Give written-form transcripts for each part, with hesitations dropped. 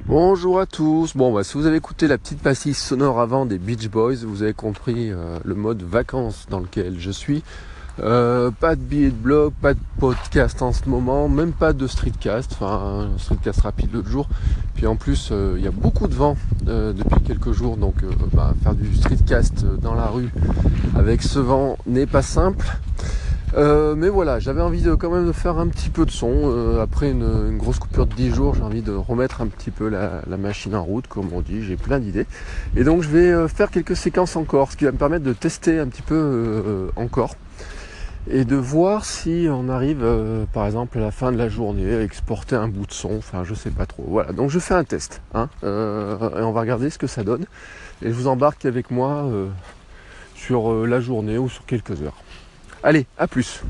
Bonjour à tous. Si vous avez écouté la petite pastille sonore avant des Beach Boys, vous avez compris le mode vacances dans lequel je suis. Pas de billet de blog, pas de podcast en ce moment, même pas de streetcast, un streetcast rapide l'autre jour. Puis en plus, il y a beaucoup de vent depuis quelques jours, donc faire du streetcast dans la rue avec ce vent n'est pas simple. Mais voilà, j'avais envie quand même de faire un petit peu de son. Après une grosse coupure de 10 jours, j'ai envie de remettre un petit peu la machine en route, comme on dit, j'ai plein d'idées. Et donc je vais faire quelques séquences encore, ce qui va me permettre de tester un petit peu encore. Et de voir si on arrive, par exemple, à la fin de la journée, à exporter un bout de son, je sais pas trop. Voilà, donc je fais un test, et on va regarder ce que ça donne. Et je vous embarque avec moi sur la journée ou sur quelques heures. Allez, à plus.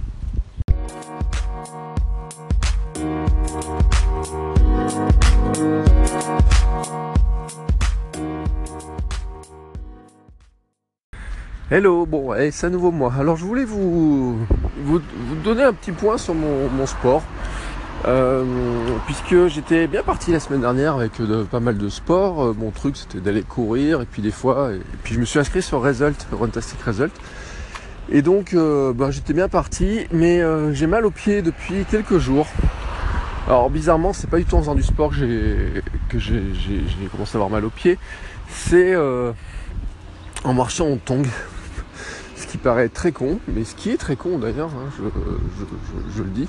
Hello, c'est à nouveau moi. Alors je voulais vous donner un petit point sur mon sport. Puisque j'étais bien parti la semaine dernière avec pas mal de sport. Mon truc c'était d'aller courir et puis des fois. Et puis je me suis inscrit sur Runtastic Result. Et donc j'étais bien parti, mais j'ai mal aux pieds depuis quelques jours. Alors bizarrement, c'est pas du tout en faisant du sport que j'ai commencé à avoir mal aux pieds. C'est en marchant en tongs. Ce qui paraît très con, mais ce qui est très con d'ailleurs, je le dis.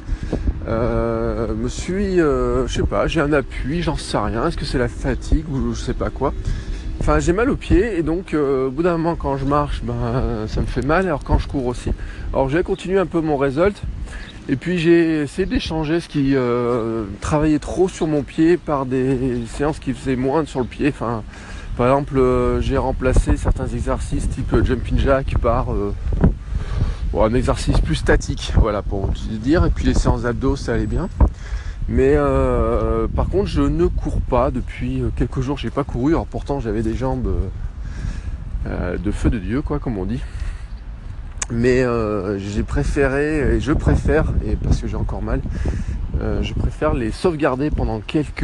J'ai un appui, j'en sais rien. Est-ce que c'est la fatigue ou je sais pas quoi. J'ai mal aux pieds et donc au bout d'un moment quand je marche, ça me fait mal, alors quand je cours aussi. Alors je vais continuer un peu mon result et puis j'ai essayé d'échanger ce qui travaillait trop sur mon pied par des séances qui faisaient moins sur le pied. Par exemple, j'ai remplacé certains exercices type jumping jack par un exercice plus statique, voilà pour dire. Et puis les séances d'abdos, ça allait bien. Mais par contre, je ne cours pas depuis quelques jours. J'ai pas couru. Alors pourtant, j'avais des jambes de feu de Dieu, comme on dit. Mais je préfère, et parce que j'ai encore mal, je préfère les sauvegarder pendant quelques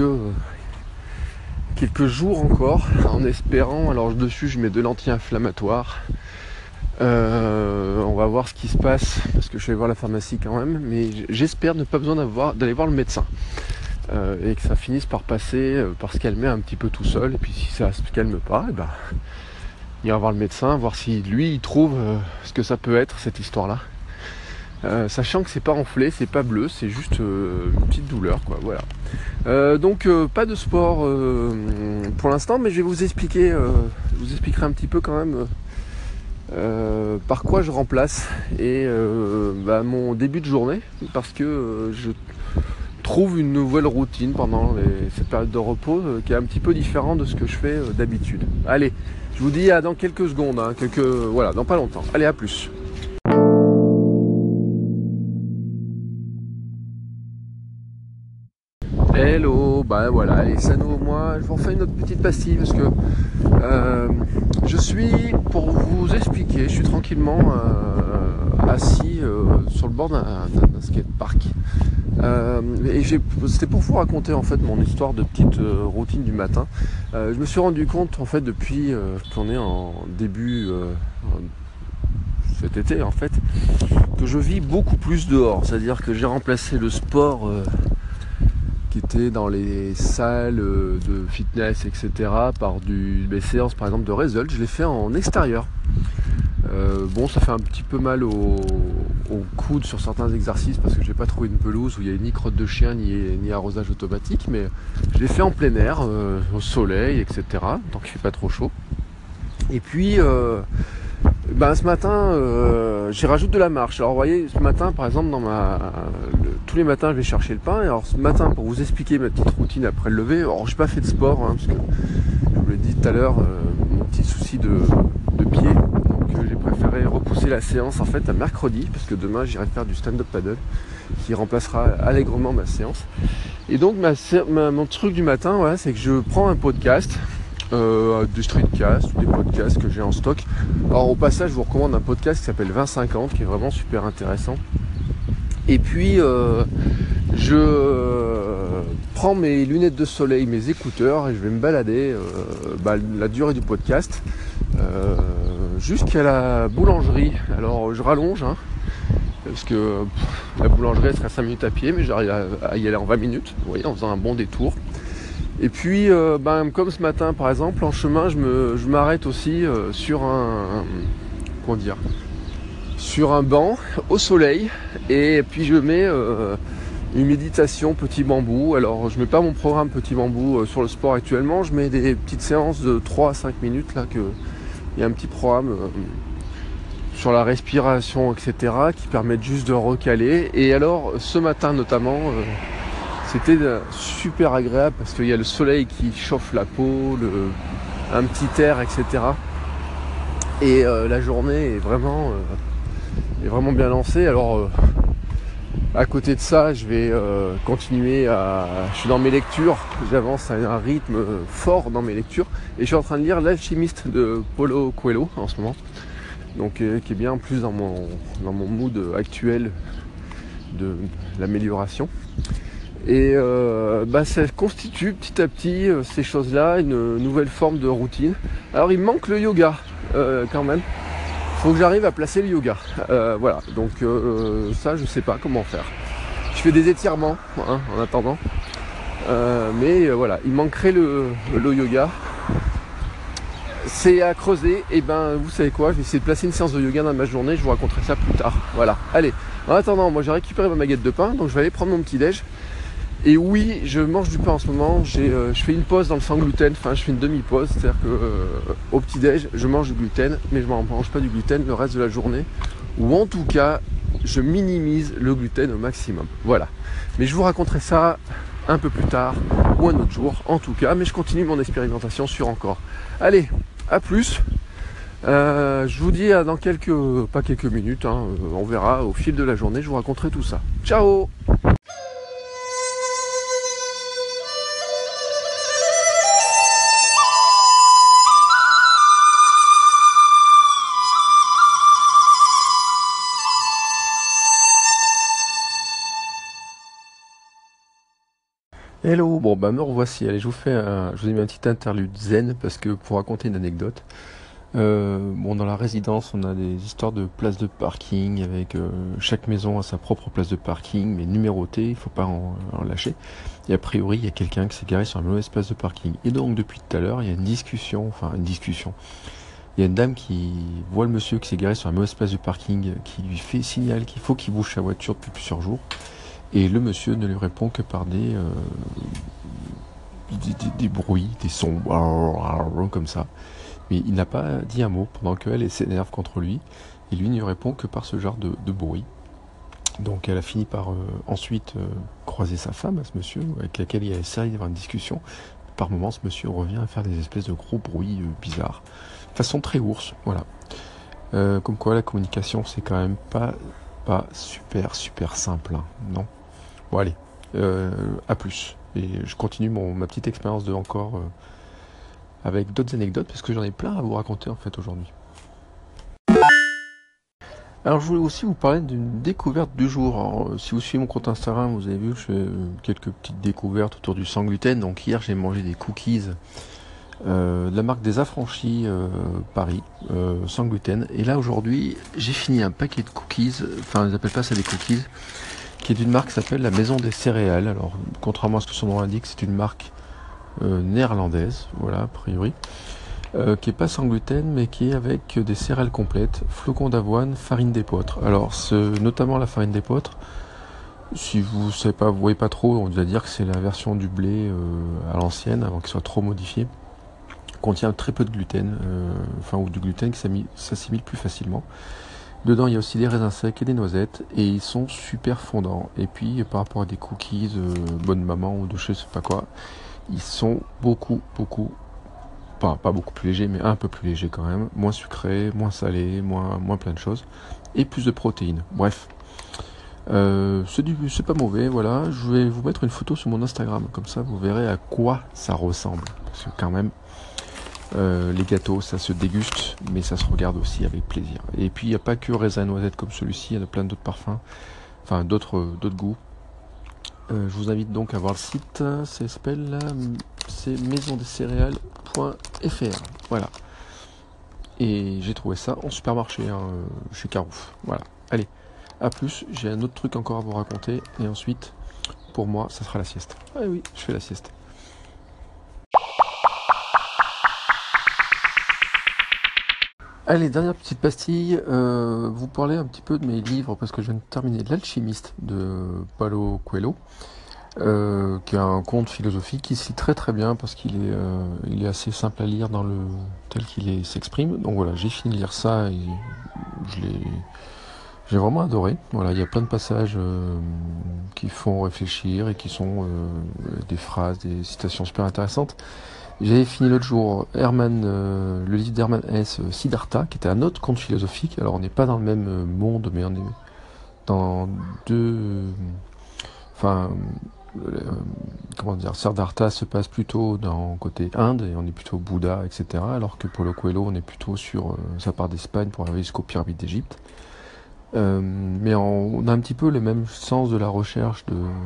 jours encore, en espérant. Alors dessus, je mets de l'anti-inflammatoire. On va voir ce qui se passe parce que je vais voir la pharmacie quand même, mais j'espère ne pas besoin d'aller voir le médecin et que ça finisse par passer, par se calmer un petit peu tout seul. Et puis si ça se calme pas, il va voir le médecin, voir si lui il trouve ce que ça peut être cette histoire là, sachant que c'est pas enflé, c'est pas bleu, c'est juste une petite douleur voilà. Donc pas de sport pour l'instant, mais je vais vous expliquerai un petit peu quand même par quoi je remplace et mon début de journée, parce que je trouve une nouvelle routine pendant cette période de repos qui est un petit peu différente de ce que je fais d'habitude. Allez, je vous dis à dans quelques secondes, dans pas longtemps. Allez, à plus. Hello, allez, c'est à nouveau moi. Je vous refais une autre petite pastille parce que je suis, pour vous expliquer, je suis tranquillement assis sur le bord d'un skatepark. Et c'était pour vous raconter en fait mon histoire de petite routine du matin. Je me suis rendu compte en fait depuis qu'on est en début cet été en fait, que je vis beaucoup plus dehors. C'est-à-dire que j'ai remplacé le sport qui était dans les salles de fitness, etc. par des séances par exemple de result. Je l'ai fait en extérieur. Ça fait un petit peu mal au coude sur certains exercices parce que j'ai pas trouvé une pelouse où il y a ni crotte de chien ni arrosage automatique, mais je l'ai fait en plein air, au soleil, etc. tant qu'il fait pas trop chaud. Et puis ce matin j'y rajoute de la marche. Alors vous voyez, ce matin par exemple tous les matins je vais chercher le pain. Et alors ce matin, pour vous expliquer ma petite routine après le lever, alors j'ai pas fait de sport parce que je vous l'ai dit tout à l'heure, mon petit souci de pied. J'ai préféré repousser la séance en fait à mercredi parce que demain j'irai faire du stand-up paddle qui remplacera allègrement ma séance. Et donc mon truc du matin, c'est que je prends un podcast, des streetcasts ou des podcasts que j'ai en stock. Alors au passage, je vous recommande un podcast qui s'appelle 2050 qui est vraiment super intéressant. Et puis prends mes lunettes de soleil, mes écouteurs et je vais me balader la durée du podcast jusqu'à la boulangerie. Alors je rallonge parce que la boulangerie elle serait 5 minutes à pied, mais j'arrive à y aller en 20 minutes, vous voyez, en faisant un bon détour. Et puis comme ce matin par exemple, en chemin je m'arrête aussi sur sur un banc au soleil, et puis je mets une méditation petit bambou. Alors je mets pas mon programme petit bambou sur le sport actuellement, je mets des petites séances de 3 à 5 minutes là, il y a un petit programme sur la respiration, etc., qui permettent juste de recaler. Et alors ce matin notamment c'était super agréable parce qu'il y a le soleil qui chauffe la peau, un petit air, etc. Et la journée est vraiment bien lancée. Alors à côté de ça, je vais continuer je suis dans mes lectures, j'avance à un rythme fort dans mes lectures. Et je suis en train de lire L'Alchimiste de Paulo Coelho en ce moment. Donc qui est bien plus dans mon mood actuel de l'amélioration. Et ça constitue petit à petit ces choses-là une nouvelle forme de routine. Alors il me manque le yoga quand même. Faut que j'arrive à placer le yoga. Voilà, donc ça je sais pas comment faire. Je fais des étirements en attendant. Mais voilà, il manquerait le yoga. C'est à creuser. Et vous savez quoi, je vais essayer de placer une séance de yoga dans ma journée, je vous raconterai ça plus tard. Voilà, allez. En attendant, moi j'ai récupéré ma baguette de pain, donc je vais aller prendre mon petit déj. Et oui, je mange du pain en ce moment, je fais une pause dans le sans gluten, enfin je fais une demi-pause, c'est-à-dire que au petit-déj, je mange du gluten, mais je ne mange pas du gluten le reste de la journée, ou en tout cas, je minimise le gluten au maximum. Voilà. Mais je vous raconterai ça un peu plus tard, ou un autre jour, en tout cas, mais je continue mon expérimentation sur encore. Allez, à plus. Je vous dis dans pas quelques minutes, on verra au fil de la journée, je vous raconterai tout ça. Ciao! Hello, me revoici. Allez, je vous ai mis un petit interlude zen parce que pour raconter une anecdote. Dans la résidence, on a des histoires de places de parking avec chaque maison a sa propre place de parking, mais numérotée, il faut pas en lâcher. Et a priori, il y a quelqu'un qui s'est garé sur la mauvaise place de parking. Et donc depuis tout à l'heure, il y a une discussion. Il y a une dame qui voit le monsieur qui s'est garé sur la mauvaise place de parking, qui lui fait signal qu'il faut qu'il bouge sa voiture depuis plusieurs jours. Et le monsieur ne lui répond que par des bruits, des sons, comme ça. Mais il n'a pas dit un mot pendant qu'elle s'énerve contre lui. Et lui ne répond que par ce genre de bruit. Donc elle a fini par ensuite croiser sa femme, ce monsieur, avec laquelle il a essayé d'avoir une discussion. Par moments, ce monsieur revient à faire des espèces de gros bruits bizarres. Façon très ours, voilà. Comme quoi la communication, c'est quand même pas super simple, non. Bon allez, à plus. Et je continue ma petite expérience de encore avec d'autres anecdotes parce que j'en ai plein à vous raconter en fait aujourd'hui. Alors je voulais aussi vous parler d'une découverte du jour. Alors, si vous suivez mon compte Instagram, vous avez vu que je fais quelques petites découvertes autour du sans gluten. Donc hier j'ai mangé des cookies de la marque des Affranchis Paris, sans gluten. Et là aujourd'hui j'ai fini un paquet de cookies, enfin ils appellent pas ça des cookies, qui est d'une marque qui s'appelle la Maison des Céréales. Alors contrairement à ce que son nom indique, c'est une marque néerlandaise, voilà a priori, qui est pas sans gluten mais qui est avec des céréales complètes, flocons d'avoine, farine d'épeautre. Alors notamment la farine d'épeautre, si vous savez pas, vous voyez pas trop, on va dire que c'est la version du blé à l'ancienne avant qu'il soit trop modifié, contient très peu de gluten, ou du gluten qui s'assimile plus facilement. Dedans, il y a aussi des raisins secs et des noisettes, et ils sont super fondants. Et puis, par rapport à des cookies Bonne Maman ou de je sais pas quoi, ils sont pas beaucoup plus légers, mais un peu plus légers quand même. Moins sucrés, moins salés, moins plein de choses. Et plus de protéines. Bref. C'est pas mauvais, voilà. Je vais vous mettre une photo sur mon Instagram. Comme ça, vous verrez à quoi ça ressemble. Parce que quand même, les gâteaux, ça se déguste, mais ça se regarde aussi avec plaisir. Et puis, il n'y a pas que raisin et noisette comme celui-ci. Il y a plein d'autres parfums. Enfin, d'autres goûts. Je vous invite donc à voir le site, c'est maisondescéréales.fr. Voilà. Et j'ai trouvé ça en supermarché, chez Carouf. Voilà. Allez, à plus. J'ai un autre truc encore à vous raconter. Et ensuite, pour moi, ça sera la sieste. Ah oui, je fais la sieste. Allez, dernière petite pastille, vous parler un petit peu de mes livres, parce que je viens de terminer L'Alchimiste de Paulo Coelho, qui est un conte philosophique qui se lit très très bien, parce qu'il est assez simple à lire tel qu'il s'exprime. Donc voilà, j'ai fini de lire ça et j'ai vraiment adoré. Voilà, il y a plein de passages qui font réfléchir et qui sont des phrases, des citations super intéressantes. J'avais fini l'autre jour le livre d'Hermann Hesse, Siddhartha, qui était un autre conte philosophique. Alors on n'est pas dans le même monde, mais on est dans deux... Enfin, comment dire, Siddhartha se passe plutôt dans côté Inde, et on est plutôt Bouddha, etc. Alors que Paulo Coelho, on est plutôt sur sa part d'Espagne pour arriver jusqu'aux pyramides d'Égypte. Mais on a un petit peu le même sens de la recherche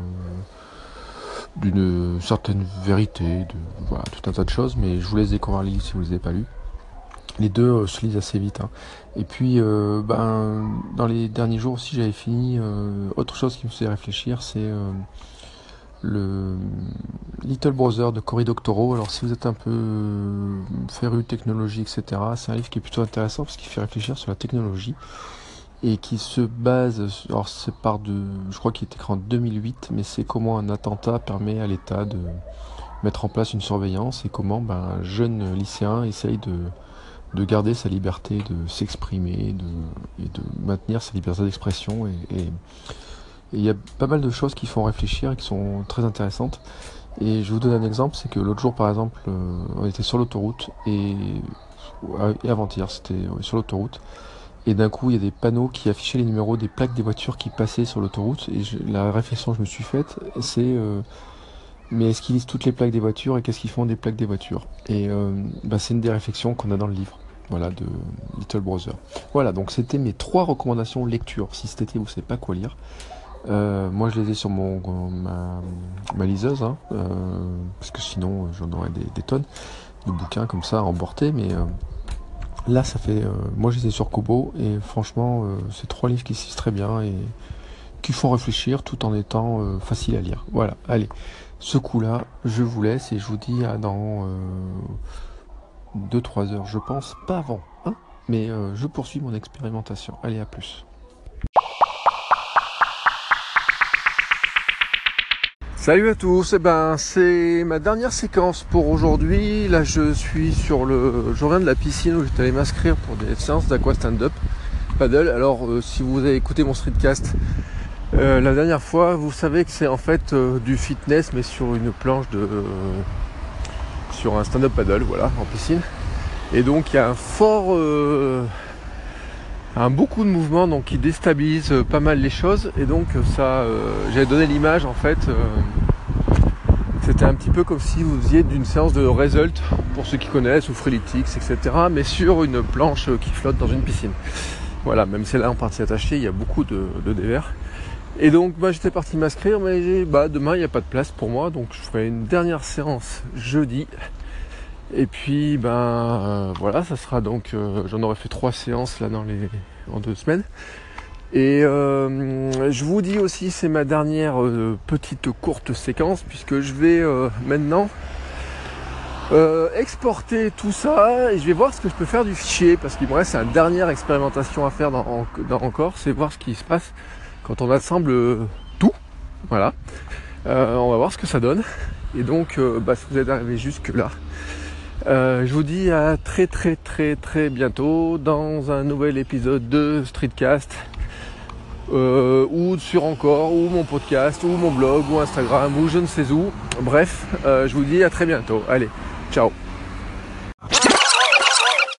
d'une certaine vérité, voilà, tout un tas de choses, mais je vous laisse découvrir les livres si vous les avez pas lus. Les deux se lisent assez vite. Et puis, dans les derniers jours aussi, j'avais fini autre chose qui me faisait réfléchir, c'est le Little Brother de Cory Doctorow. Alors, si vous êtes un peu féru de technologie, etc., c'est un livre qui est plutôt intéressant parce qu'il fait réfléchir sur la technologie et qui se base, alors je crois qu'il est écrit en 2008, mais c'est comment un attentat permet à l'État de mettre en place une surveillance et comment un jeune lycéen essaye de garder sa liberté de s'exprimer et de maintenir sa liberté d'expression. Et il y a pas mal de choses qui font réfléchir et qui sont très intéressantes. Et je vous donne un exemple, c'est que l'autre jour par exemple, on était sur l'autoroute et avant-hier c'était sur l'autoroute. Et d'un coup, il y a des panneaux qui affichaient les numéros des plaques des voitures qui passaient sur l'autoroute. Et la réflexion que je me suis faite, c'est mais est-ce qu'ils lisent toutes les plaques des voitures et qu'est-ce qu'ils font des plaques des voitures? Et c'est une des réflexions qu'on a dans le livre, voilà, de Little Brother. Voilà, donc c'était mes 3 recommandations lecture. Si cet été vous savez pas quoi lire, moi je les ai sur ma liseuse, parce que sinon j'en aurais des tonnes de bouquins comme ça à emporter, mais là, ça fait... moi, j'étais sur Kobo et franchement, c'est 3 livres qui se lisent très bien et qui font réfléchir tout en étant faciles à lire. Voilà, allez, ce coup-là, je vous laisse et je vous dis à dans 2-3 heures, je pense, pas avant, mais je poursuis mon expérimentation. Allez, à plus. Salut à tous, c'est ma dernière séquence pour aujourd'hui. Là je reviens de la piscine où j'étais allé m'inscrire pour des séances d'aqua stand-up paddle. Alors si vous avez écouté mon streetcast la dernière fois, vous savez que c'est en fait du fitness mais sur une planche sur un stand-up paddle, voilà, en piscine. Et donc il y a beaucoup de mouvements donc qui déstabilisent pas mal les choses et donc ça j'avais donné l'image en fait c'était un petit peu comme si vous faisiez d'une séance de result pour ceux qui connaissent ou freeletics etc, mais sur une planche qui flotte dans une piscine. Voilà, même celle-là en partie attachée, il y a beaucoup de dévers et donc j'étais parti m'inscrire mais demain il n'y a pas de place pour moi, donc je ferai une dernière séance jeudi. Et puis voilà, ça sera donc j'en aurais fait 3 séances là en 2 semaines. Et je vous dis aussi, c'est ma dernière petite courte séquence puisque je vais maintenant exporter tout ça et je vais voir ce que je peux faire du fichier parce qu'il me reste une dernière expérimentation à faire encore, c'est voir ce qui se passe quand on assemble tout. Voilà, on va voir ce que ça donne. Et donc si vous êtes arrivé jusque là, je vous dis à très très très très bientôt dans un nouvel épisode de Streetcast ou sur Encore ou mon podcast ou mon blog ou Instagram ou je ne sais où. Bref, je vous dis à très bientôt. Allez, ciao.